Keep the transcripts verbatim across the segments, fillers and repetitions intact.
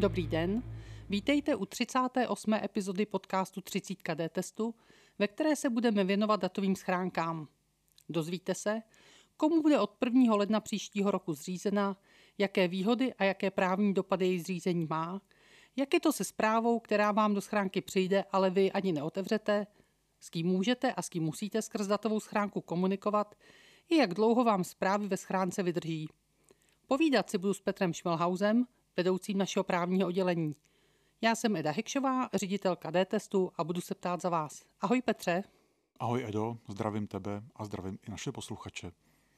Dobrý den, vítejte u třicáté osmé epizody podcastu třicet D testu, ve které se budeme věnovat datovým schránkám. Dozvíte se, komu bude od prvního ledna příštího roku zřízena, jaké výhody a jaké právní dopady její zřízení má, jak je to se správou, která vám do schránky přijde, ale vy ani neotevřete, s kým můžete a s kým musíte skrz datovou schránku komunikovat, i jak dlouho vám zprávy ve schránce vydrží. Povídat si budu s Petrem Šmelhausem, vedoucím našeho právního oddělení. Já jsem Eda Hekšová, ředitelka D-testu a budu se ptát za vás. Ahoj Petře. Ahoj Edo, zdravím tebe a zdravím i naše posluchače.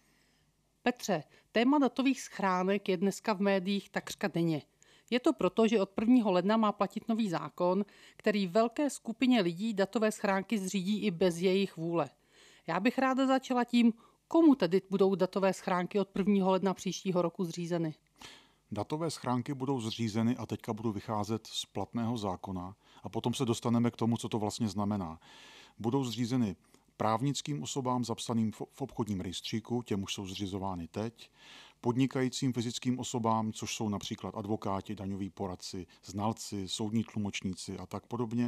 Petře, téma datových schránek je dneska v médiích takřka denně. Je to proto, že od prvního ledna má platit nový zákon, který velké skupině lidí datové schránky zřídí i bez jejich vůle. Já bych ráda začala tím, komu tedy budou datové schránky od prvního ledna příštího roku zřízeny. Datové schránky budou zřízeny a teďka budu vycházet z platného zákona a potom se dostaneme k tomu, co to vlastně znamená. Budou zřízeny právnickým osobám zapsaným v obchodním rejstříku, těm už jsou zřizovány teď, podnikajícím fyzickým osobám, což jsou například advokáti, daňoví poradci, znalci, soudní tlumočníci a tak podobně,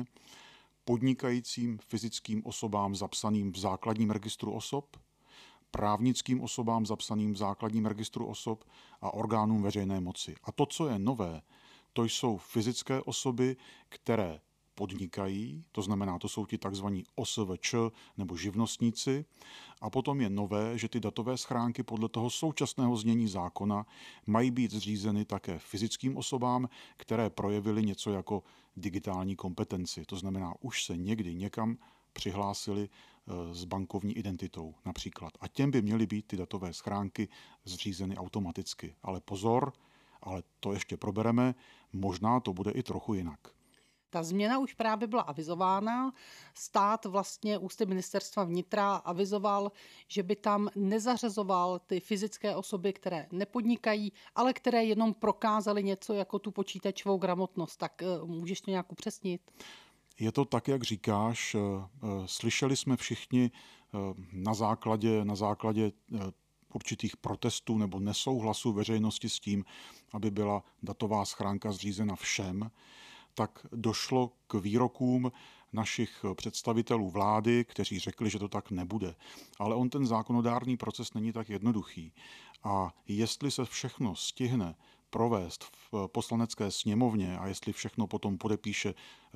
podnikajícím fyzickým osobám zapsaným v základním registru osob, právnickým osobám zapsaným v základním registru osob a orgánům veřejné moci. A to, co je nové, to jsou fyzické osoby, které podnikají, to znamená, to jsou ti takzvaní O S V Č nebo živnostníci, a potom je nové, že ty datové schránky podle toho současného znění zákona mají být zřízeny také fyzickým osobám, které projevily něco jako digitální kompetenci. To znamená, už se někdy někam přihlásili s bankovní identitou například. A těm by měly být ty datové schránky zřízeny automaticky. Ale pozor, ale to ještě probereme, možná to bude i trochu jinak. Ta změna už právě byla avizována. Stát vlastně ústy ministerstva vnitra avizoval, že by tam nezařazoval ty fyzické osoby, které nepodnikají, ale které jenom prokázaly něco jako tu počítačovou gramotnost. Tak můžeš to nějak upřesnit? Je to tak, jak říkáš. Slyšeli jsme všichni na základě, na základě určitých protestů nebo nesouhlasu veřejnosti s tím, aby byla datová schránka zřízena všem, tak došlo k výrokům našich představitelů vlády, kteří řekli, že to tak nebude. Ale on ten zákonodárný proces není tak jednoduchý. A jestli se všechno stihne provést v poslanecké sněmovně a jestli všechno potom podepíše,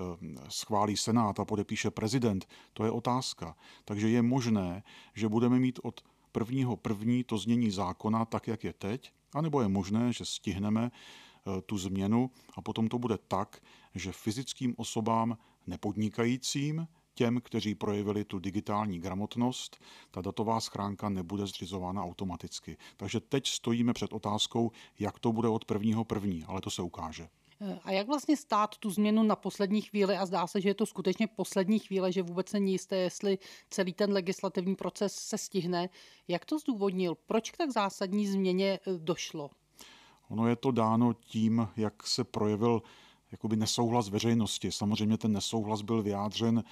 schválí Senát a podepíše prezident, to je otázka. Takže je možné, že budeme mít od prvního první to znění zákona tak, jak je teď, anebo je možné, že stihneme tu změnu a potom to bude tak, že fyzickým osobám nepodnikajícím, těm, kteří projevili tu digitální gramotnost, ta datová schránka nebude zřizována automaticky. Takže teď stojíme před otázkou, jak to bude od prvního první, ale to se ukáže. A jak vlastně stát tu změnu na poslední chvíli, a zdá se, že je to skutečně poslední chvíle, že vůbec není jisté, jestli celý ten legislativní proces se stihne, jak to zdůvodnil? Proč k tak zásadní změně došlo? Ono je to dáno tím, jak se projevil jakoby nesouhlas veřejnosti. Samozřejmě ten nesouhlas byl vyjádřen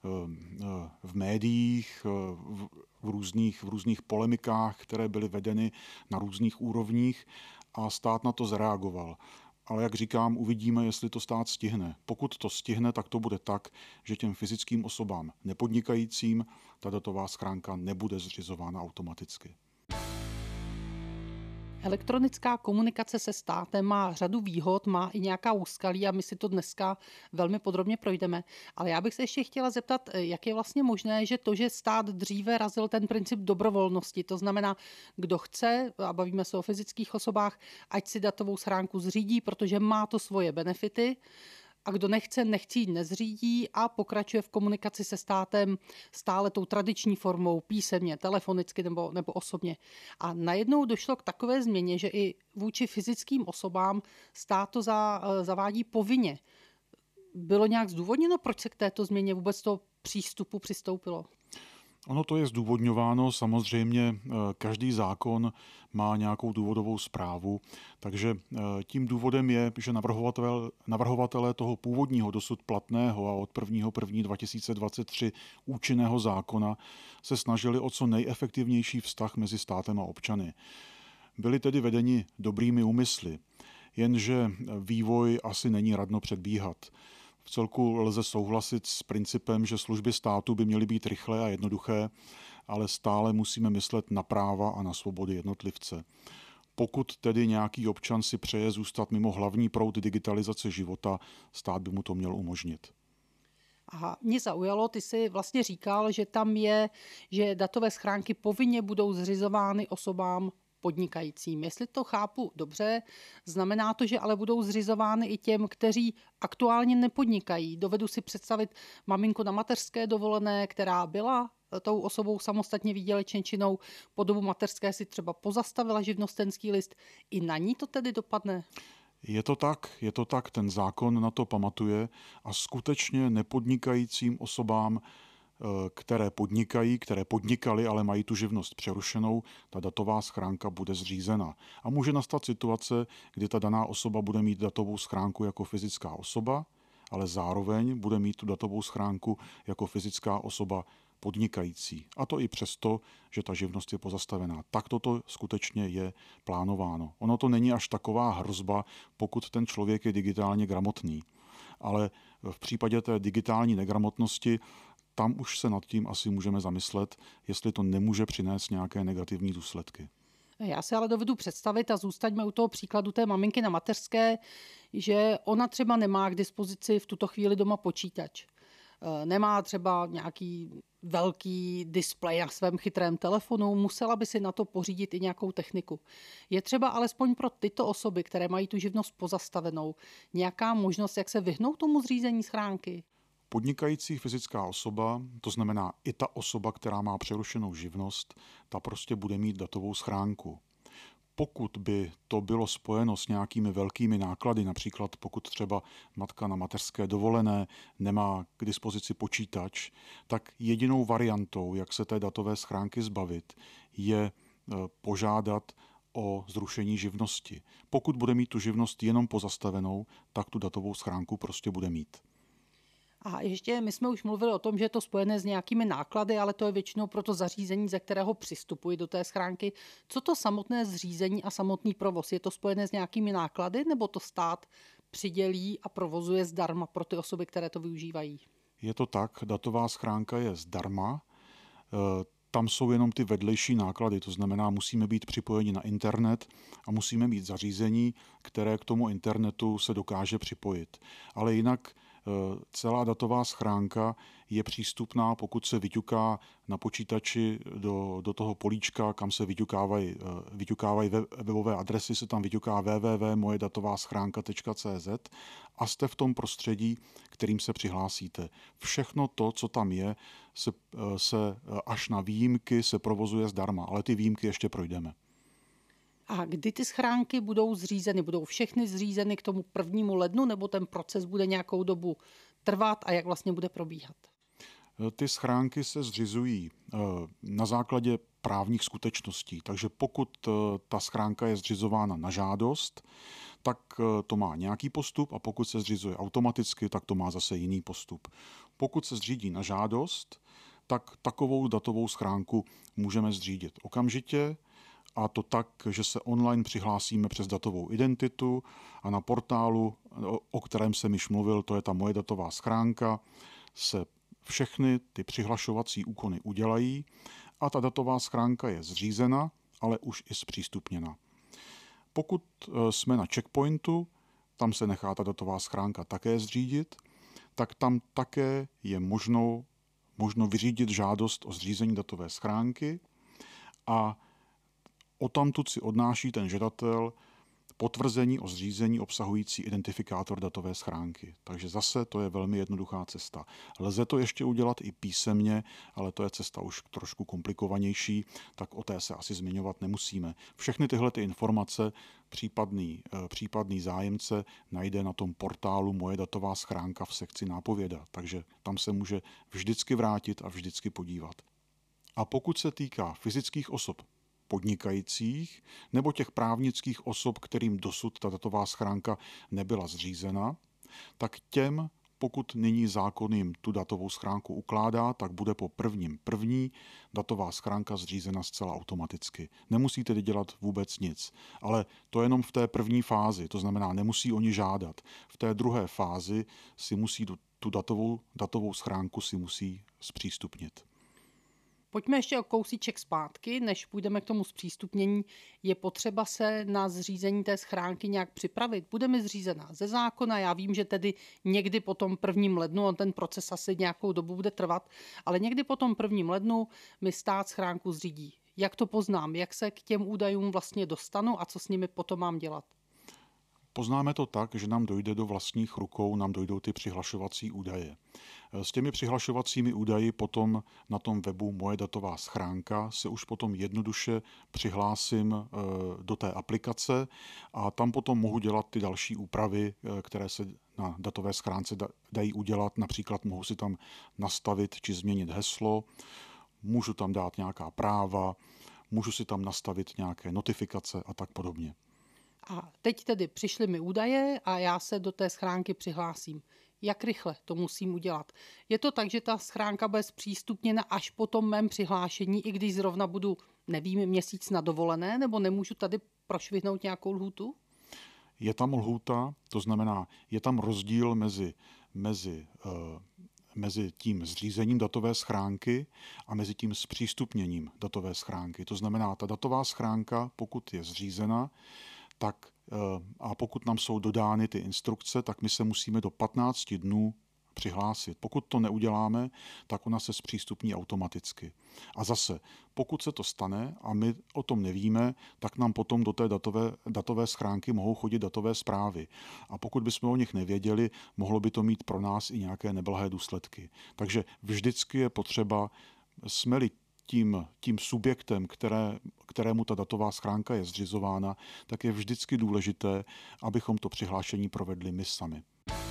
v médiích, v různých, v různých polemikách, které byly vedeny na různých úrovních a stát na to zareagoval. Ale jak říkám, uvidíme, jestli to stát stihne. Pokud to stihne, tak to bude tak, že těm fyzickým osobám nepodnikajícím ta datová schránka nebude zřizována automaticky. Elektronická komunikace se státem má řadu výhod, má i nějaká úskalí a my si to dneska velmi podrobně projdeme. Ale já bych se ještě chtěla zeptat, jak je vlastně možné, že to, že stát dříve razil ten princip dobrovolnosti, to znamená, kdo chce, a bavíme se o fyzických osobách, ať si datovou schránku zřídí, protože má to svoje benefity, a kdo nechce, nechci jít nezřídí a pokračuje v komunikaci se státem stále tou tradiční formou, písemně, telefonicky nebo, nebo osobně. A najednou došlo k takové změně, že i vůči fyzickým osobám stát to za, zavádí povinně. Bylo nějak zdůvodněno, proč se k této změně vůbec toho přístupu přistoupilo? Ono to je zdůvodňováno, samozřejmě každý zákon má nějakou důvodovou zprávu, takže tím důvodem je, že navrhovatel, navrhovatelé toho původního dosud platného a od prvního prvního dva tisíce dvacet tři účinného zákona se snažili o co nejefektivnější vztah mezi státem a občany. Byli tedy vedeni dobrými úmysly. jenže vývoj asi není radno předbíhat. V celku lze souhlasit s principem, že služby státu by měly být rychlé a jednoduché, ale stále musíme myslet na práva a na svobody jednotlivce. Pokud tedy nějaký občan si přeje zůstat mimo hlavní proud digitalizace života, stát by mu to měl umožnit. Aha, mě zaujalo, ty jsi vlastně říkal, že tam je, že datové schránky povinně budou zřizovány osobám podnikajícím. Jestli to chápu dobře, znamená to, že ale budou zřizovány i těm, kteří aktuálně nepodnikají. Dovedu si představit maminku na mateřské dovolené, která byla tou osobou samostatně výdělečně činnou, po dobu mateřské si třeba pozastavila živnostenský list. I na ní to tedy dopadne? Je to tak, je to tak, ten zákon na to pamatuje a skutečně nepodnikajícím osobám, které podnikají, které podnikaly, ale mají tu živnost přerušenou, ta datová schránka bude zřízena. A může nastat situace, kdy ta daná osoba bude mít datovou schránku jako fyzická osoba, ale zároveň bude mít tu datovou schránku jako fyzická osoba podnikající. A to i přesto, že ta živnost je pozastavená. Tak toto skutečně je plánováno. Ono to není až taková hrozba, pokud ten člověk je digitálně gramotný. Ale v případě té digitální negramotnosti tam už se nad tím asi můžeme zamyslet, jestli to nemůže přinést nějaké negativní důsledky. Já si ale dovedu představit a zůstaňme u toho příkladu té maminky na mateřské, že ona třeba nemá k dispozici v tuto chvíli doma počítač. Nemá třeba nějaký velký displej na svém chytrém telefonu, musela by si na to pořídit i nějakou techniku. Je třeba alespoň pro tyto osoby, které mají tu živnost pozastavenou, nějaká možnost, jak se vyhnout tomu zřízení schránky? Podnikající fyzická osoba, to znamená i ta osoba, která má přerušenou živnost, ta prostě bude mít datovou schránku. Pokud by to bylo spojeno s nějakými velkými náklady, například pokud třeba matka na mateřské dovolené nemá k dispozici počítač, tak jedinou variantou, jak se té datové schránky zbavit, je požádat o zrušení živnosti. Pokud bude mít tu živnost jenom pozastavenou, tak tu datovou schránku prostě bude mít. A ještě my jsme už mluvili o tom, že je to spojené s nějakými náklady, ale to je většinou pro to zařízení, ze kterého přistupuji do té schránky. Co to samotné zřízení a samotný provoz? Je to spojené s nějakými náklady, nebo to stát přidělí a provozuje zdarma pro ty osoby, které to využívají? Je to tak, datová schránka je zdarma. Tam jsou jenom ty vedlejší náklady, to znamená, musíme být připojeni na internet a musíme mít zařízení, které k tomu internetu se dokáže připojit. Ale jinak celá datová schránka je přístupná, pokud se vyťuká na počítači do, do toho políčka, kam se vyťukávají, vyťukávají webové adresy, se tam vyťuká w w w tečka moje datová schránka tečka c z a jste v tom prostředí, kterým se přihlásíte. Všechno to, co tam je, se, se až na výjimky se provozuje zdarma, ale ty výjimky ještě projdeme. A kdy ty schránky budou zřízeny? Budou všechny zřízeny k tomu prvnímu lednu, nebo ten proces bude nějakou dobu trvat a jak vlastně bude probíhat? Ty schránky se zřizují na základě právních skutečností, takže pokud ta schránka je zřizována na žádost, tak to má nějaký postup a pokud se zřizuje automaticky, tak to má zase jiný postup. Pokud se zřídí na žádost, tak takovou datovou schránku můžeme zřídit okamžitě, a to tak, že se online přihlásíme přes datovou identitu a na portálu, o kterém jsem již mluvil, to je ta moje datová schránka, se všechny ty přihlašovací úkony udělají a ta datová schránka je zřízena, ale už i zpřístupněna. Pokud jsme na checkpointu, tam se nechá ta datová schránka také zřídit, tak tam také je možno, možno vyřídit žádost o zřízení datové schránky a odtamtud si odnáší ten žadatel potvrzení o zřízení obsahující identifikátor datové schránky. Takže zase to je velmi jednoduchá cesta. Lze to ještě udělat i písemně, ale to je cesta už trošku komplikovanější, tak o té se asi zmiňovat nemusíme. Všechny tyhle ty informace případný, případný zájemce najde na tom portálu Moje datová schránka v sekci nápověda, takže tam se může vždycky vrátit a vždycky podívat. A pokud se týká fyzických osob podnikajících nebo těch právnických osob, kterým dosud ta datová schránka nebyla zřízena, tak těm pokud nyní zákon jim tu datovou schránku ukládá, tak bude po prvním první datová schránka zřízena zcela automaticky. Nemusí tedy dělat vůbec nic, ale to jenom v té první fázi, to znamená, nemusí oni žádat. V té druhé fázi si musí tu datovou, datovou schránku si musí zpřístupnit. Pojďme ještě o kousíček zpátky, než půjdeme k tomu zpřístupnění. Je potřeba se na zřízení té schránky nějak připravit. Bude mi zřízena ze zákona, já vím, že tedy někdy po tom prvním lednu, on ten proces asi nějakou dobu bude trvat, ale někdy po tom prvním lednu mi stát schránku zřídí. Jak to poznám, jak se k těm údajům vlastně dostanu a co s nimi potom mám dělat? Poznáme to tak, že nám dojde do vlastních rukou, nám dojdou ty přihlašovací údaje. S těmi přihlašovacími údaji potom na tom webu Moje datová schránka se už potom jednoduše přihlásím do té aplikace a tam potom mohu dělat ty další úpravy, které se na datové schránce dají udělat. Například mohu si tam nastavit či změnit heslo, můžu tam dát nějaká práva, můžu si tam nastavit nějaké notifikace a tak podobně. A teď tedy přišly mi údaje a já se do té schránky přihlásím. Jak rychle to musím udělat? Je to tak, že ta schránka bude zpřístupněna až po tom mém přihlášení, i když zrovna budu, nevím, měsíc na dovolené, nebo nemůžu tady prošvihnout nějakou lhůtu? Je tam lhůta, to znamená, je tam rozdíl mezi, mezi, uh, mezi tím zřízením datové schránky a mezi tím zpřístupněním datové schránky. To znamená, ta datová schránka, pokud je zřízena, tak a pokud nám jsou dodány ty instrukce, tak my se musíme do patnácti dnů přihlásit. Pokud to neuděláme, tak ona se zpřístupní automaticky. A zase, pokud se to stane a my o tom nevíme, tak nám potom do té datové, datové schránky mohou chodit datové zprávy. A pokud bychom o nich nevěděli, mohlo by to mít pro nás i nějaké neblahé důsledky. Takže vždycky je potřeba, jsme-li Tím, tím subjektem, které, kterému ta datová schránka je zřizována, tak je vždycky důležité, abychom to přihlášení provedli my sami.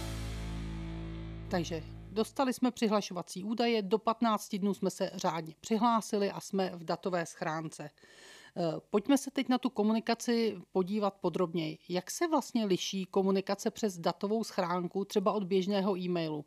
Takže dostali jsme přihlašovací údaje, do patnácti dnů jsme se řádně přihlásili a jsme v datové schránce. Pojďme se teď na tu komunikaci podívat podrobněji. Jak se vlastně liší komunikace přes datovou schránku třeba od běžného e-mailu?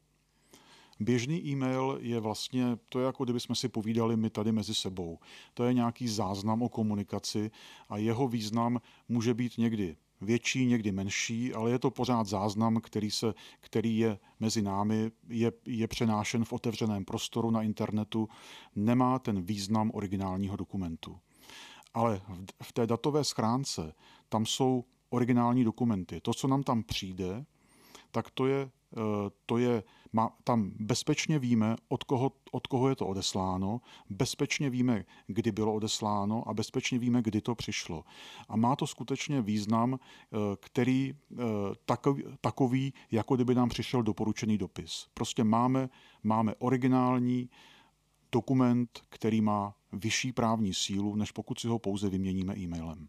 Běžný e-mail je vlastně, to je jako kdybychom si povídali my tady mezi sebou. To je nějaký záznam o komunikaci a jeho význam může být někdy větší, někdy menší, ale je to pořád záznam, který, se, který je mezi námi, je, je přenášen v otevřeném prostoru na internetu, nemá ten význam originálního dokumentu. Ale v, v té datové schránce tam jsou originální dokumenty. To, co nám tam přijde, tak to je, to je má, tam bezpečně víme, od koho, od koho je to odesláno, bezpečně víme, kdy bylo odesláno a bezpečně víme, kdy to přišlo. A má to skutečně význam, který takový, takový jako kdyby nám přišel doporučený dopis. Prostě máme, máme originální dokument, který má vyšší právní sílu, než pokud si ho pouze vyměníme e-mailem.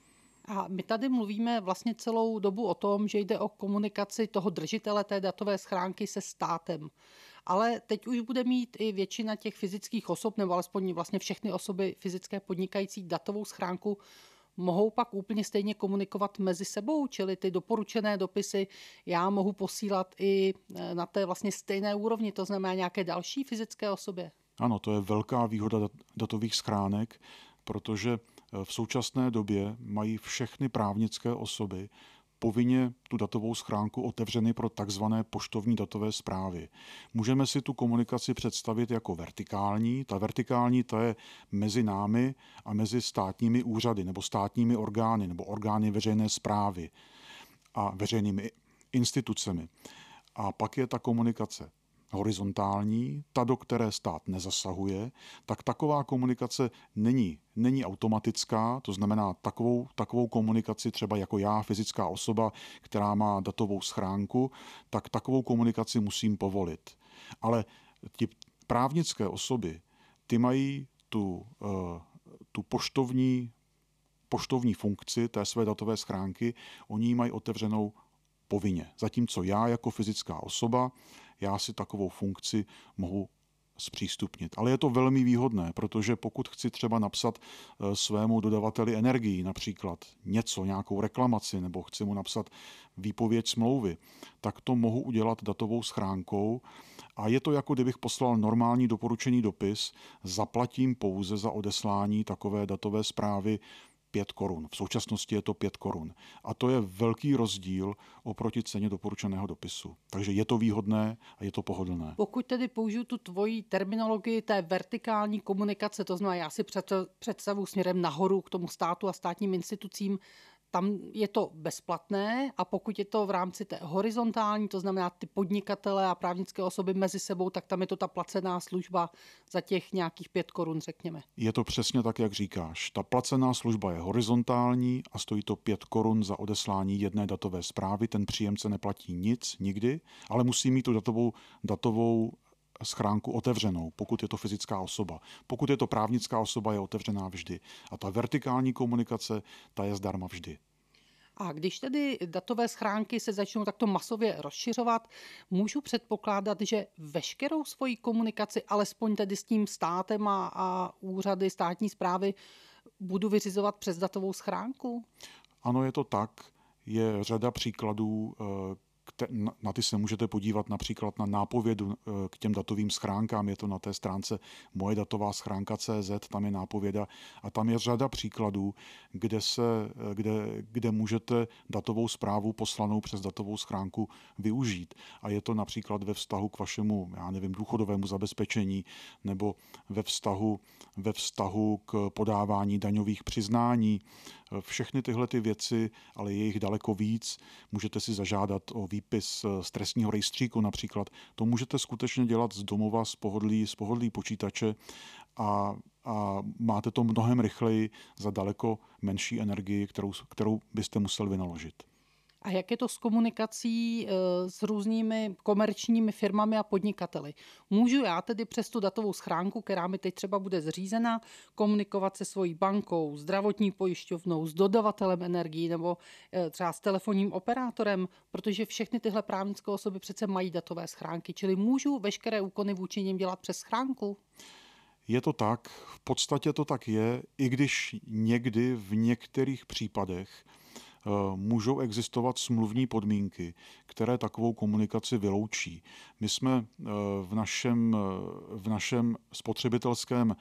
A my tady mluvíme vlastně celou dobu o tom, že jde o komunikaci toho držitele té datové schránky se státem. Ale teď už bude mít i většina těch fyzických osob, nebo alespoň vlastně všechny osoby fyzické podnikající datovou schránku, mohou pak úplně stejně komunikovat mezi sebou, čili ty doporučené dopisy já mohu posílat i na té vlastně stejné úrovni, to znamená nějaké další fyzické osobě. Ano, to je velká výhoda datových schránek, protože v současné době mají všechny právnické osoby povinně tu datovou schránku otevřeny pro takzvané poštovní datové zprávy. Můžeme si tu komunikaci představit jako vertikální. Ta vertikální ta je mezi námi a mezi státními úřady nebo státními orgány nebo orgány veřejné správy a veřejnými institucemi. A pak je ta komunikace horizontální, ta, do které stát nezasahuje, tak taková komunikace není, není automatická, to znamená takovou, takovou komunikaci třeba jako já, fyzická osoba, která má datovou schránku, tak takovou komunikaci musím povolit. Ale ti právnické osoby, ty mají tu, tu poštovní, poštovní funkci té své datové schránky, oni ji mají otevřenou povinně. Zatímco já jako fyzická osoba, já si takovou funkci mohu zpřístupnit. Ale je to velmi výhodné, protože pokud chci třeba napsat svému dodavateli energií například něco, nějakou reklamaci, nebo chci mu napsat výpověď smlouvy, tak to mohu udělat datovou schránkou a je to jako kdybych poslal normální doporučený dopis, zaplatím pouze za odeslání takové datové zprávy pět korun. V současnosti je to pět korun. A to je velký rozdíl oproti ceně doporučeného dopisu. Takže je to výhodné a je to pohodlné. Pokud tedy použiju tu tvoji terminologii té vertikální komunikace, to znamená, já si představu směrem nahoru k tomu státu a státním institucím, tam je to bezplatné a pokud je to v rámci té horizontální, to znamená ty podnikatele a právnické osoby mezi sebou, tak tam je to ta placená služba za těch nějakých pět korun, řekněme. Je to přesně tak, jak říkáš. Ta placená služba je horizontální a stojí to pět korun za odeslání jedné datové zprávy. Ten příjemce neplatí nic nikdy, ale musí mít tu datovou, datovou schránku otevřenou, pokud je to fyzická osoba. Pokud je to právnická osoba, je otevřená vždy. A ta vertikální komunikace, ta je zdarma vždy. A když tedy datové schránky se začnou takto masově rozšiřovat, můžu předpokládat, že veškerou svoji komunikaci, alespoň tedy s tím státem a, a úřady státní správy, budu vyřizovat přes datovou schránku? Ano, je to tak. Je řada příkladů, na ty se můžete podívat například na nápovědu k těm datovým schránkám. Je to na té stránce moje datová schránka tečka cé zet, tam je nápověda a tam je řada příkladů, kde, se, kde, kde můžete datovou zprávu poslanou přes datovou schránku využít. A je to například ve vztahu k vašemu, já nevím, důchodovému zabezpečení nebo ve vztahu, ve vztahu k podávání daňových přiznání. Všechny tyhle ty věci, ale je jich daleko víc, můžete si zažádat o výpis z trestního rejstříku například. To můžete skutečně dělat z domova, z pohodlí, z pohodlí počítače a, a máte to mnohem rychleji za daleko menší energii, kterou, kterou byste musel vynaložit. A jak je to s komunikací s různými komerčními firmami a podnikateli? Můžu já tedy přes tu datovou schránku, která mi teď třeba bude zřízena, komunikovat se svojí bankou, zdravotní pojišťovnou, s dodavatelem energií nebo třeba s telefonním operátorem, protože všechny tyhle právnické osoby přece mají datové schránky, čili můžu veškeré úkony vůči nim dělat přes schránku? Je to tak, v podstatě to tak je, i když někdy v některých případech můžou existovat smluvní podmínky, které takovou komunikaci vyloučí. My jsme v našem, v našem spotřebitelském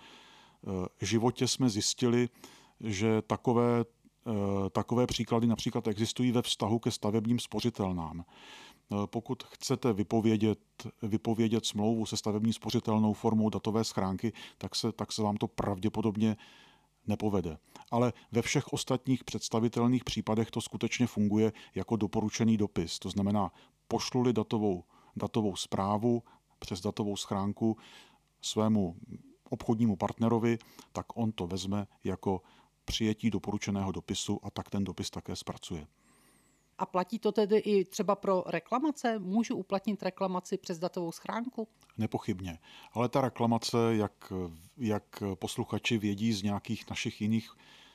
životě jsme zjistili, že takové, takové příklady například existují ve vztahu ke stavebním spořitelnám. Pokud chcete vypovědět, vypovědět smlouvu se stavební spořitelnou formou datové schránky, tak se, tak se vám to pravděpodobně nepovede. Ale ve všech ostatních představitelných případech to skutečně funguje jako doporučený dopis. To znamená, pošlu-li datovou, datovou zprávu přes datovou schránku svému obchodnímu partnerovi, tak on to vezme jako přijetí doporučeného dopisu a tak ten dopis také zpracuje. A platí to tedy i třeba pro reklamace? Můžu uplatnit reklamaci přes datovou schránku? Nepochybně. Ale ta reklamace, jak, jak posluchači vědí z nějakých našich jiných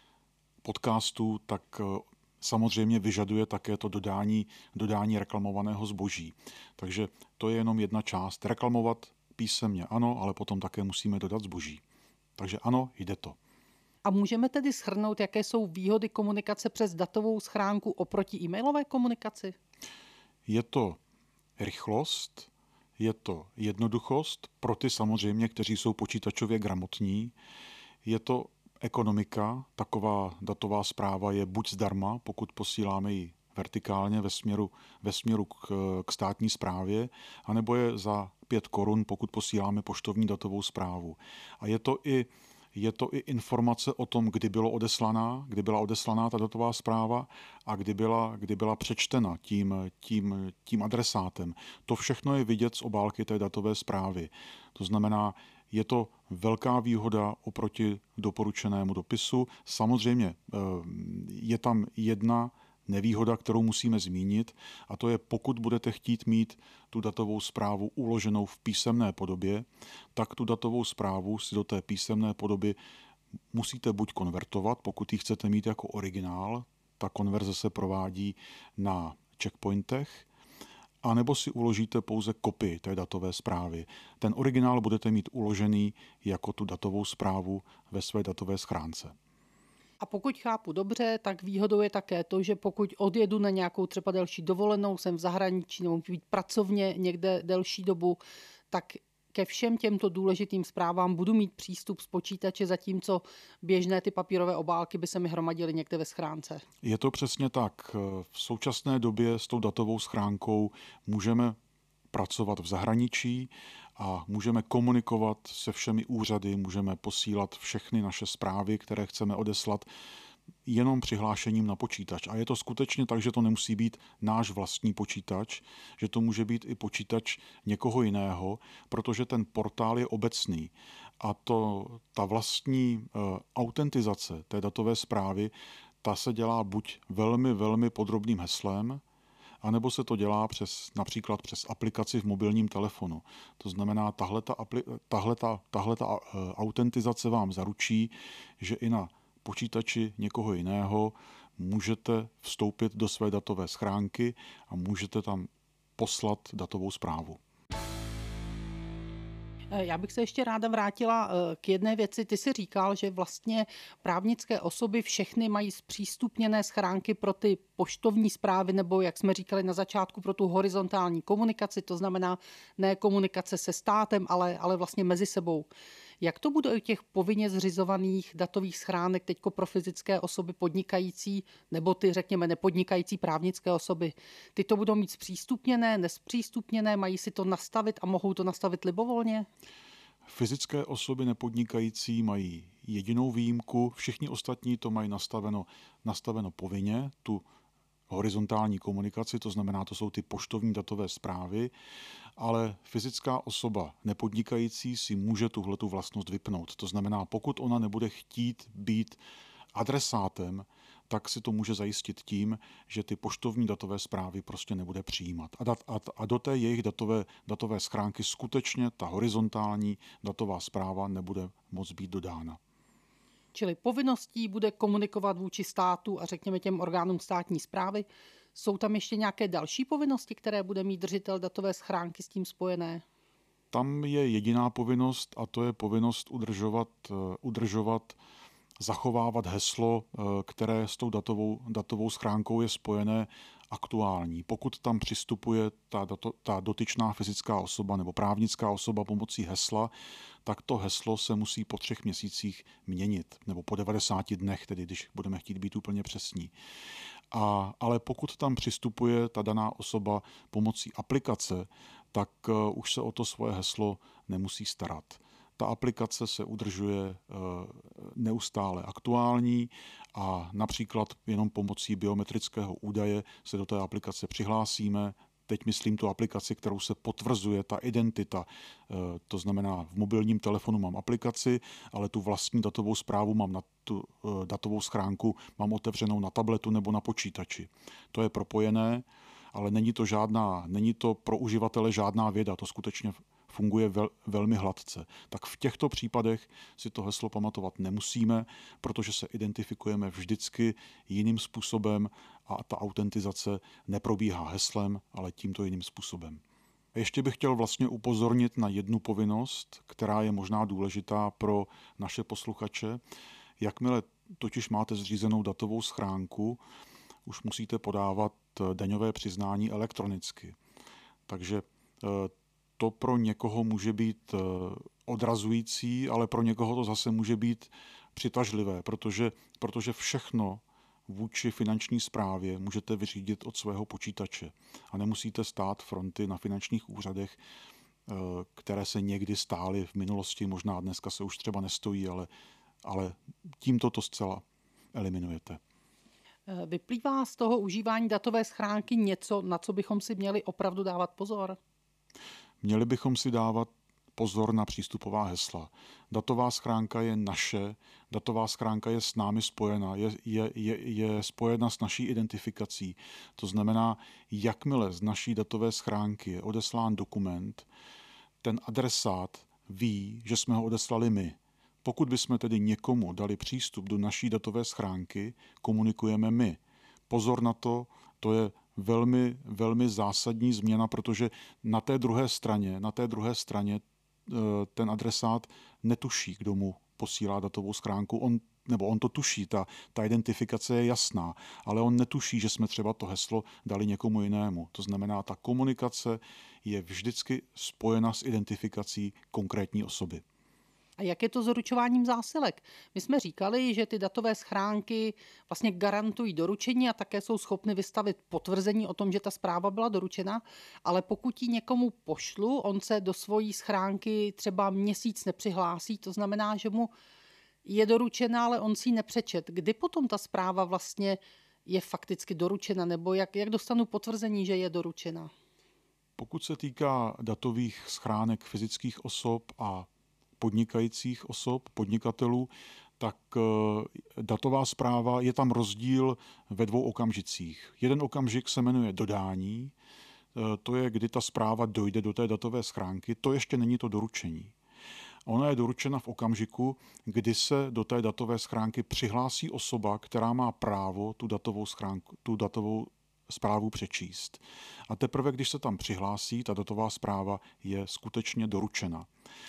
podcastů, tak samozřejmě vyžaduje také to dodání, dodání reklamovaného zboží. Takže to je jenom jedna část. Reklamovat písemně ano, ale potom také musíme dodat zboží. Takže ano, jde to. A můžeme tedy shrnout, jaké jsou výhody komunikace přes datovou schránku oproti e-mailové komunikaci? Je to rychlost, je to jednoduchost pro ty samozřejmě, kteří jsou počítačově gramotní. Je to ekonomika, taková datová zpráva je buď zdarma, pokud posíláme ji vertikálně ve směru, ve směru k, k státní správě, anebo je za pět korun, pokud posíláme poštovní datovou zprávu. A je to i Je to i informace o tom, kdy bylo odeslaná, kdy byla odeslaná ta datová zpráva a kdy byla, kdy byla přečtena tím, tím, tím adresátem. To všechno je vidět z obálky té datové zprávy. To znamená, je to velká výhoda oproti doporučenému dopisu. Samozřejmě je tam jedna nevýhoda, kterou musíme zmínit, a to je, pokud budete chtít mít tu datovou zprávu uloženou v písemné podobě, tak tu datovou zprávu si do té písemné podoby musíte buď konvertovat, pokud ji chcete mít jako originál, ta konverze se provádí na checkpointech, A nebo si uložíte pouze kopii té datové zprávy. Ten originál budete mít uložený jako tu datovou zprávu ve své datové schránce. A pokud chápu dobře, tak výhodou je také to, že pokud odjedu na nějakou třeba delší dovolenou, jsem v zahraničí nebo být pracovně někde delší dobu, tak ke všem těmto důležitým zprávám budu mít přístup z počítače, zatímco běžné ty papírové obálky by se mi hromadily někde ve schránce. Je to přesně tak. V současné době s tou datovou schránkou můžeme pracovat v zahraničí a můžeme komunikovat se všemi úřady, můžeme posílat všechny naše zprávy, které chceme odeslat, jenom přihlášením na počítač. A je to skutečně tak, že to nemusí být náš vlastní počítač, že to může být i počítač někoho jiného, protože ten portál je obecný. A to, ta vlastní uh, autentizace té datové zprávy, ta se dělá buď velmi, velmi podrobným heslem, anebo se to dělá přes, například přes aplikaci v mobilním telefonu. To znamená, tahleta, tahleta, tahleta uh, autentizace vám zaručí, že i na počítači někoho jiného můžete vstoupit do své datové schránky a můžete tam poslat datovou zprávu. Já bych se ještě ráda vrátila k jedné věci. Ty jsi říkal, že vlastně právnické osoby všechny mají zpřístupněné schránky pro ty poštovní zprávy, nebo jak jsme říkali na začátku, pro tu horizontální komunikaci, to znamená ne komunikace se státem, ale, ale vlastně mezi sebou. Jak to bude u těch povinně zřizovaných datových schránek teďko pro fyzické osoby podnikající, nebo ty, řekněme, nepodnikající právnické osoby? Ty to budou mít zpřístupněné, nespřístupněné, mají si to nastavit a mohou to nastavit libovolně? Fyzické osoby nepodnikající mají jedinou výjimku, všichni ostatní to mají nastaveno, nastaveno povinně, tu horizontální komunikaci, to znamená, to jsou ty poštovní datové zprávy, ale fyzická osoba nepodnikající si může tuhletu vlastnost vypnout. To znamená, pokud ona nebude chtít být adresátem, tak si to může zajistit tím, že ty poštovní datové zprávy prostě nebude přijímat. A, dat, a, a do té jejich datové, datové schránky skutečně ta horizontální datová zpráva nebude moc být dodána. Čili povinností bude komunikovat vůči státu a řekněme těm orgánům státní správy. Jsou tam ještě nějaké další povinnosti, které bude mít držitel datové schránky s tím spojené? Tam je jediná povinnost a to je povinnost udržovat, udržovat zachovávat heslo, které s tou datovou, datovou schránkou je spojené, aktuální. Pokud tam přistupuje ta, dato, ta dotyčná fyzická osoba nebo právnická osoba pomocí hesla, tak to heslo se musí po třech měsících měnit, nebo po devadesáti dnech, tedy když budeme chtít být úplně přesní. A, ale pokud tam přistupuje ta daná osoba pomocí aplikace, tak uh, už se o to svoje heslo nemusí starat. Ta aplikace se udržuje neustále aktuální a například jenom pomocí biometrického údaje se do té aplikace přihlásíme. Teď myslím tu aplikaci, kterou se potvrzuje ta identita. To znamená, v mobilním telefonu mám aplikaci, ale tu vlastní datovou zprávu mám na tu datovou schránku, mám otevřenou na tabletu nebo na počítači. To je propojené, ale není to žádná, není to pro uživatele žádná věda, to skutečně funguje vel, velmi hladce. Tak v těchto případech si to heslo pamatovat nemusíme, protože se identifikujeme vždycky jiným způsobem a ta autentizace neprobíhá heslem, ale tímto jiným způsobem. Ještě bych chtěl vlastně upozornit na jednu povinnost, která je možná důležitá pro naše posluchače. Jakmile totiž máte zřízenou datovou schránku, už musíte podávat daňové přiznání elektronicky. Takže to pro někoho může být odrazující, ale pro někoho to zase může být přitažlivé, protože, protože všechno vůči finanční správě můžete vyřídit od svého počítače a nemusíte stát fronty na finančních úřadech, které se někdy stály v minulosti, možná dneska se už třeba nestojí, ale, ale tímto to zcela eliminujete. Vyplývá z toho užívání datové schránky něco, na co bychom si měli opravdu dávat pozor? Měli bychom si dávat pozor na přístupová hesla. Datová schránka je naše, datová schránka je s námi spojena, je, je, je, je spojena s naší identifikací. To znamená, jakmile z naší datové schránky je odeslán dokument, ten adresát ví, že jsme ho odeslali my. Pokud bychom tedy někomu dali přístup do naší datové schránky, komunikujeme my. Pozor na to, to je velmi, velmi zásadní změna, protože na té druhé straně, na té druhé straně ten adresát netuší, kdo mu posílá datovou schránku. On, nebo on to tuší, ta, ta identifikace je jasná, ale on netuší, že jsme třeba to heslo dali někomu jinému. To znamená, ta komunikace je vždycky spojena s identifikací konkrétní osoby. A jak je to s doručováním zásilek? My jsme říkali, že ty datové schránky vlastně garantují doručení a také jsou schopny vystavit potvrzení o tom, že ta zpráva byla doručena, ale pokud ji někomu pošlu, on se do svojí schránky třeba měsíc nepřihlásí, to znamená, že mu je doručena, ale on si ji nepřečet. Kdy potom ta zpráva vlastně je fakticky doručena, nebo jak, jak dostanu potvrzení, že je doručena? Pokud se týká datových schránek fyzických osob a podnikajících osob, podnikatelů, tak datová zpráva, je tam rozdíl ve dvou okamžicích. Jeden okamžik se jmenuje dodání, to je, kdy ta zpráva dojde do té datové schránky, to ještě není to doručení. Ona je doručena v okamžiku, kdy se do té datové schránky přihlásí osoba, která má právo tu datovou schránku, tu datovou zprávu přečíst. A teprve, když se tam přihlásí, ta datová zpráva je skutečně doručena.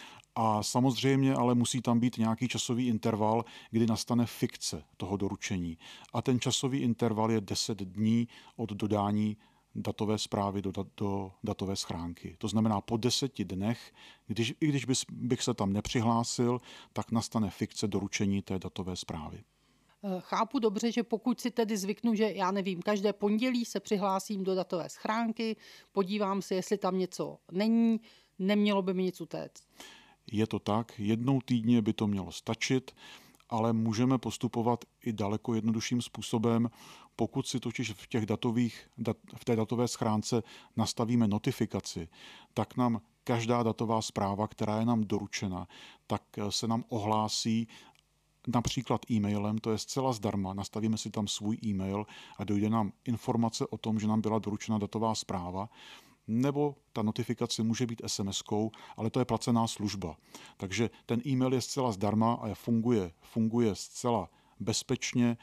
A samozřejmě ale musí tam být nějaký časový interval, kdy nastane fikce toho doručení. A ten časový interval je deset dní od dodání datové zprávy do, do datové schránky. To znamená, po deseti dnech, když, i když bys, bych se tam nepřihlásil, tak nastane fikce doručení té datové zprávy. Chápu dobře, že pokud si tedy zvyknu, že já nevím, každé pondělí se přihlásím do datové schránky, podívám se, jestli tam něco není, nemělo by mi nic utéct. Je to tak, jednou týdně by to mělo stačit, ale můžeme postupovat i daleko jednodušším způsobem. Pokud si totiž v, těch datových, dat, v té datové schránce nastavíme notifikaci, tak nám každá datová zpráva, která je nám doručena, tak se nám ohlásí například e-mailem, to je zcela zdarma, nastavíme si tam svůj e-mail a dojde nám informace o tom, že nám byla doručena datová zpráva, nebo ta notifikace může být es em eskou, ale to je placená služba. Takže ten e-mail je zcela zdarma a funguje, funguje zcela bezpečně.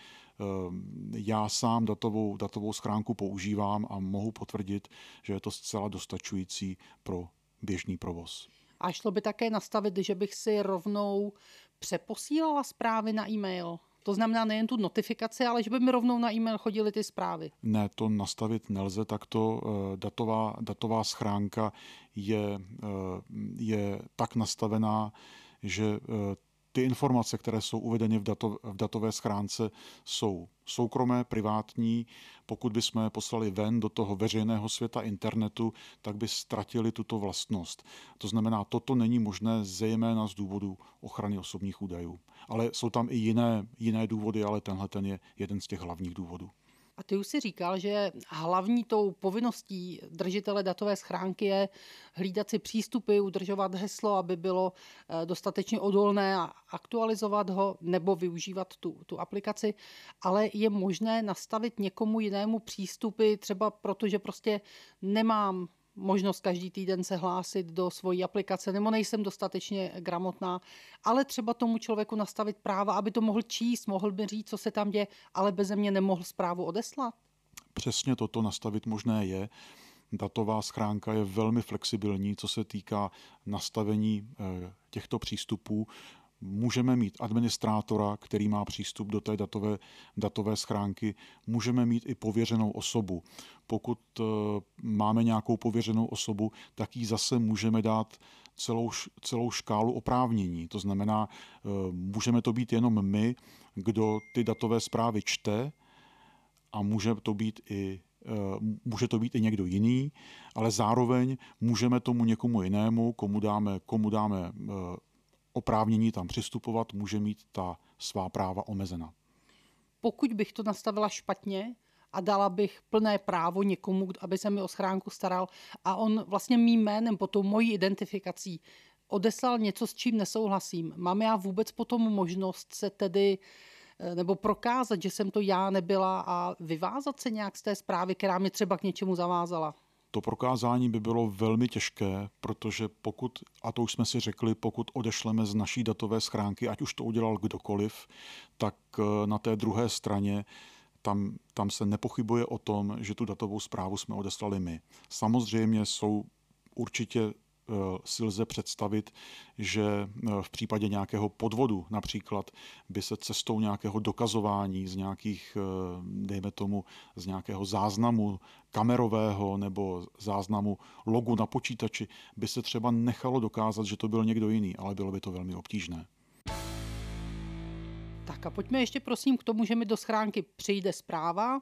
Já sám datovou, datovou schránku používám a mohu potvrdit, že je to zcela dostačující pro běžný provoz. A šlo by také nastavit, že bych si rovnou přeposílala zprávy na e-mail? To znamená nejen tu notifikaci, ale že by mi rovnou na e-mail chodily ty zprávy. Ne, to nastavit nelze takto. Datová, datová schránka je, je tak nastavená, že ty informace, které jsou uvedeny v, dato, v datové schránce, jsou soukromé, privátní. Pokud bychom je poslali ven do toho veřejného světa internetu, tak by ztratili tuto vlastnost. To znamená, toto není možné zejména z důvodu ochrany osobních údajů. Ale jsou tam i jiné, jiné důvody, ale tenhle ten je jeden z těch hlavních důvodů. A ty už si říkal, že hlavní tou povinností držitele datové schránky je hlídat si přístupy, udržovat heslo, aby bylo dostatečně odolné a aktualizovat ho nebo využívat tu, tu aplikaci. Ale je možné nastavit někomu jinému přístupy, třeba protože prostě nemám možnost každý týden se hlásit do svojí aplikace, nebo nejsem dostatečně gramotná, ale třeba tomu člověku nastavit práva, aby to mohl číst, mohl by říct, co se tam děje, ale beze mě nemohl zprávu odeslat. Přesně toto nastavit možné je. Datová schránka je velmi flexibilní, co se týká nastavení těchto přístupů. Můžeme mít administrátora, který má přístup do té datové, datové schránky. Můžeme mít i pověřenou osobu. Pokud máme nějakou pověřenou osobu, tak jí zase můžeme dát celou, celou škálu oprávnění. To znamená, můžeme to být jenom my, kdo ty datové zprávy čte, a může to být i Může to být i někdo jiný, ale zároveň můžeme tomu někomu jinému, komu dáme, komu dáme oprávnění tam přistupovat, může mít ta svá práva omezena. Pokud bych to nastavila špatně a dala bych plné právo někomu, aby se mi o schránku staral a on vlastně mým jménem, potom mojí identifikací odeslal něco, s čím nesouhlasím, mám já vůbec potom možnost se tedy nebo prokázat, že jsem to já nebyla a vyvázat se nějak z té zprávy, která mě třeba k něčemu zavázala? To prokázání by bylo velmi těžké, protože pokud, a to už jsme si řekli, pokud odešleme z naší datové schránky, ať už to udělal kdokoliv, tak na té druhé straně tam, tam se nepochybuje o tom, že tu datovou zprávu jsme odeslali my. Samozřejmě jsou určitě si lze představit, že v případě nějakého podvodu například by se cestou nějakého dokazování z nějakých, dejme tomu, z nějakého záznamu kamerového nebo záznamu logu na počítači by se třeba nechalo dokázat, že to byl někdo jiný, ale bylo by to velmi obtížné. Tak a pojďme ještě prosím k tomu, že mi do schránky přijde zpráva.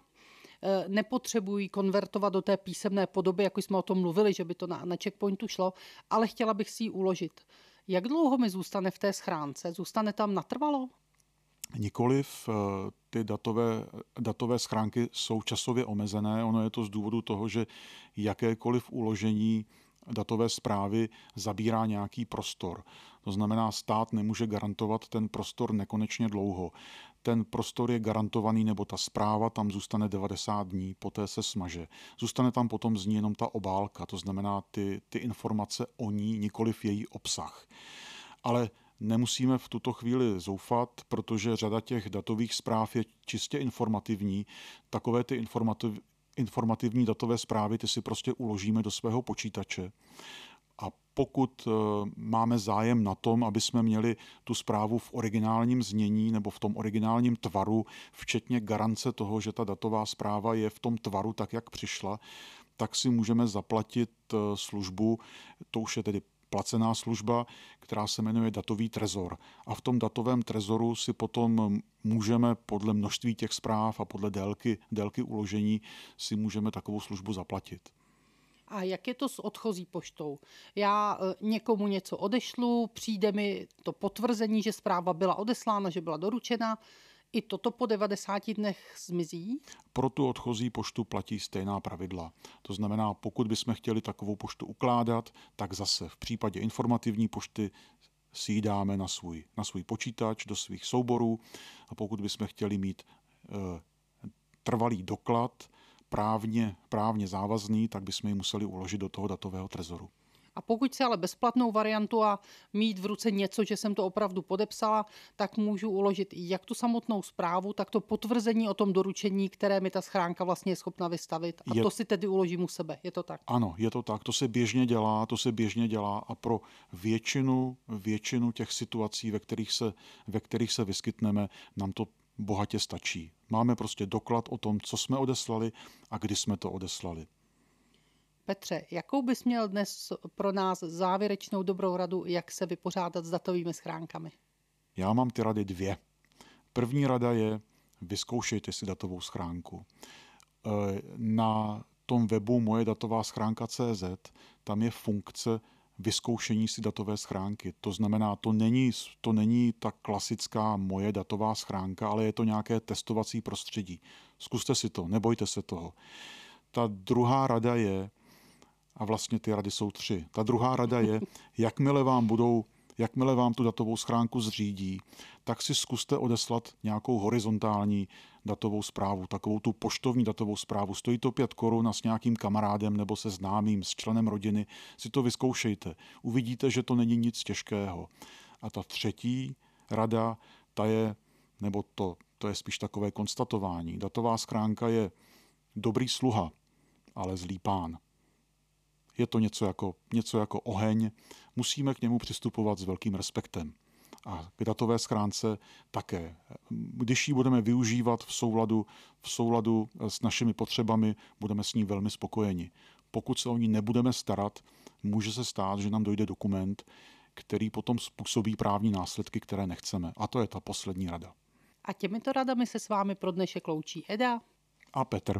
Nepotřebuji konvertovat do té písemné podoby, jako jsme o tom mluvili, že by to na, na checkpointu šlo, ale chtěla bych si ji uložit. Jak dlouho mi zůstane v té schránce? Zůstane tam natrvalo? Nikoliv, ty datové, datové schránky jsou časově omezené. Ono je to z důvodu toho, že jakékoliv uložení datové zprávy zabírá nějaký prostor. To znamená, stát nemůže garantovat ten prostor nekonečně dlouho. Ten prostor je garantovaný, nebo ta zpráva tam zůstane devadesát dní, poté se smaže. Zůstane tam potom z ní jenom ta obálka, to znamená ty, ty informace o ní, nikoliv její obsah. Ale nemusíme v tuto chvíli zoufat, protože řada těch datových zpráv je čistě informativní. Takové ty informativ, informativní datové zprávy ty si prostě uložíme do svého počítače. A pokud máme zájem na tom, aby jsme měli tu zprávu v originálním znění nebo v tom originálním tvaru, včetně garance toho, že ta datová zpráva je v tom tvaru tak, jak přišla, tak si můžeme zaplatit službu, to už je tedy placená služba, která se jmenuje datový trezor. A v tom datovém trezoru si potom můžeme podle množství těch zpráv a podle délky, délky uložení si můžeme takovou službu zaplatit. A jak je to s odchozí poštou? Já někomu něco odešlu, přijde mi to potvrzení, že zpráva byla odeslána, že byla doručena. I toto po devadesáti dnech zmizí? Pro tu odchozí poštu platí stejná pravidla. To znamená, pokud bychom chtěli takovou poštu ukládat, tak zase v případě informativní pošty si ji dáme na svůj, na svůj počítač, do svých souborů. A pokud bychom chtěli mít e, trvalý doklad, právně, právně závazný, tak bychom ji museli uložit do toho datového trezoru. A pokud si ale bezplatnou variantu a mít v ruce něco, že jsem to opravdu podepsala, tak můžu uložit jak tu samotnou zprávu, tak to potvrzení o tom doručení, které mi ta schránka vlastně je schopna vystavit. A je... to si tedy uložím u sebe. Je to tak? Ano, je to tak. To se běžně dělá, to se běžně dělá a pro většinu, většinu těch situací, ve kterých se, ve kterých se vyskytneme, nám to bohatě stačí. Máme prostě doklad o tom, co jsme odeslali a kdy jsme to odeslali. Petře, jakou bys měl dnes pro nás závěrečnou dobrou radu, jak se vypořádat s datovými schránkami? Já mám ty rady dvě. První rada je, vyzkoušejte si datovou schránku. Na tom webu moje datová schránka tečka cé zet tam je funkce vyzkoušení si datové schránky. To znamená, to není, to není ta klasická moje datová schránka, ale je to nějaké testovací prostředí. Zkuste si to, nebojte se toho. Ta druhá rada je, a vlastně ty rady jsou tři. Ta druhá rada je, jakmile vám budou, jakmile vám tu datovou schránku zřídí, tak si zkuste odeslat nějakou horizontální datovou zprávu, takovou tu poštovní datovou zprávu. Stojí to pět korun a s nějakým kamarádem nebo se známým, s členem rodiny si to vyzkoušejte. Uvidíte, že to není nic těžkého. A ta třetí rada, ta je, nebo to, to je spíš takové konstatování. Datová schránka je dobrý sluha, ale zlý pán. Je to něco jako, něco jako oheň, musíme k němu přistupovat s velkým respektem. A k datové schránce také. Když ji budeme využívat v souladu, v souladu s našimi potřebami, budeme s ní velmi spokojeni. Pokud se o ní nebudeme starat, může se stát, že nám dojde dokument, který potom způsobí právní následky, které nechceme. A to je ta poslední rada. A těmito radami se s vámi pro dnešek loučí Eda a Petr.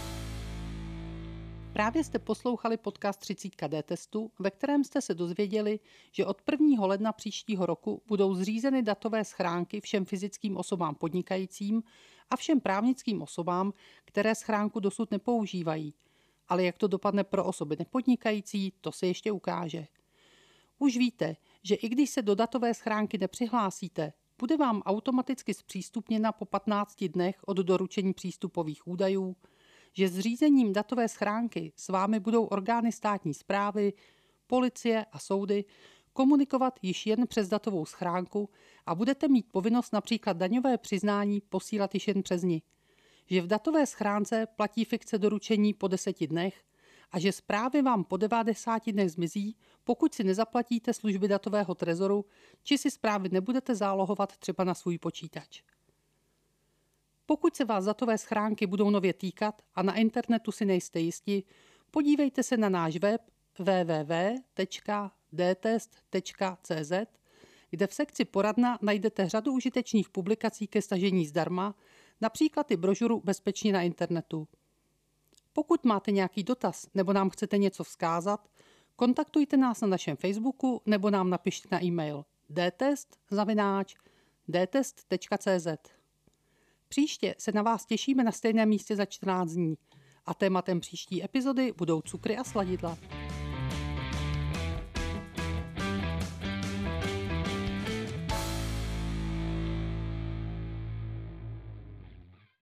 Právě jste poslouchali podcast třicet D-testu, ve kterém jste se dozvěděli, že od prvního ledna příštího roku budou zřízeny datové schránky všem fyzickým osobám podnikajícím a všem právnickým osobám, které schránku dosud nepoužívají. Ale jak to dopadne pro osoby nepodnikající, to se ještě ukáže. Už víte, že i když se do datové schránky nepřihlásíte, bude vám automaticky zpřístupněna po patnácti dnech od doručení přístupových údajů, že zřízením datové schránky s vámi budou orgány státní správy, policie a soudy komunikovat již jen přes datovou schránku a budete mít povinnost například daňové přiznání posílat již jen přes ni. že v datové schránce platí fikce doručení po deseti dnech a že zprávy vám po devadesáti dnech zmizí, pokud si nezaplatíte služby datového trezoru, či si zprávy nebudete zálohovat třeba na svůj počítač. Pokud se vás datové schránky budou nově týkat a na internetu si nejste jisti, podívejte se na náš web w w w tečka d test tečka c z, kde v sekci poradna najdete řadu užitečných publikací ke stažení zdarma, například i brožuru Bezpečně na internetu. Pokud máte nějaký dotaz nebo nám chcete něco vzkázat, kontaktujte nás na našem Facebooku nebo nám napište na e-mail d test zavináč d test tečka c z. Příště se na vás těšíme na stejném místě za čtrnáct dní a tématem příští epizody budou cukry a sladidla.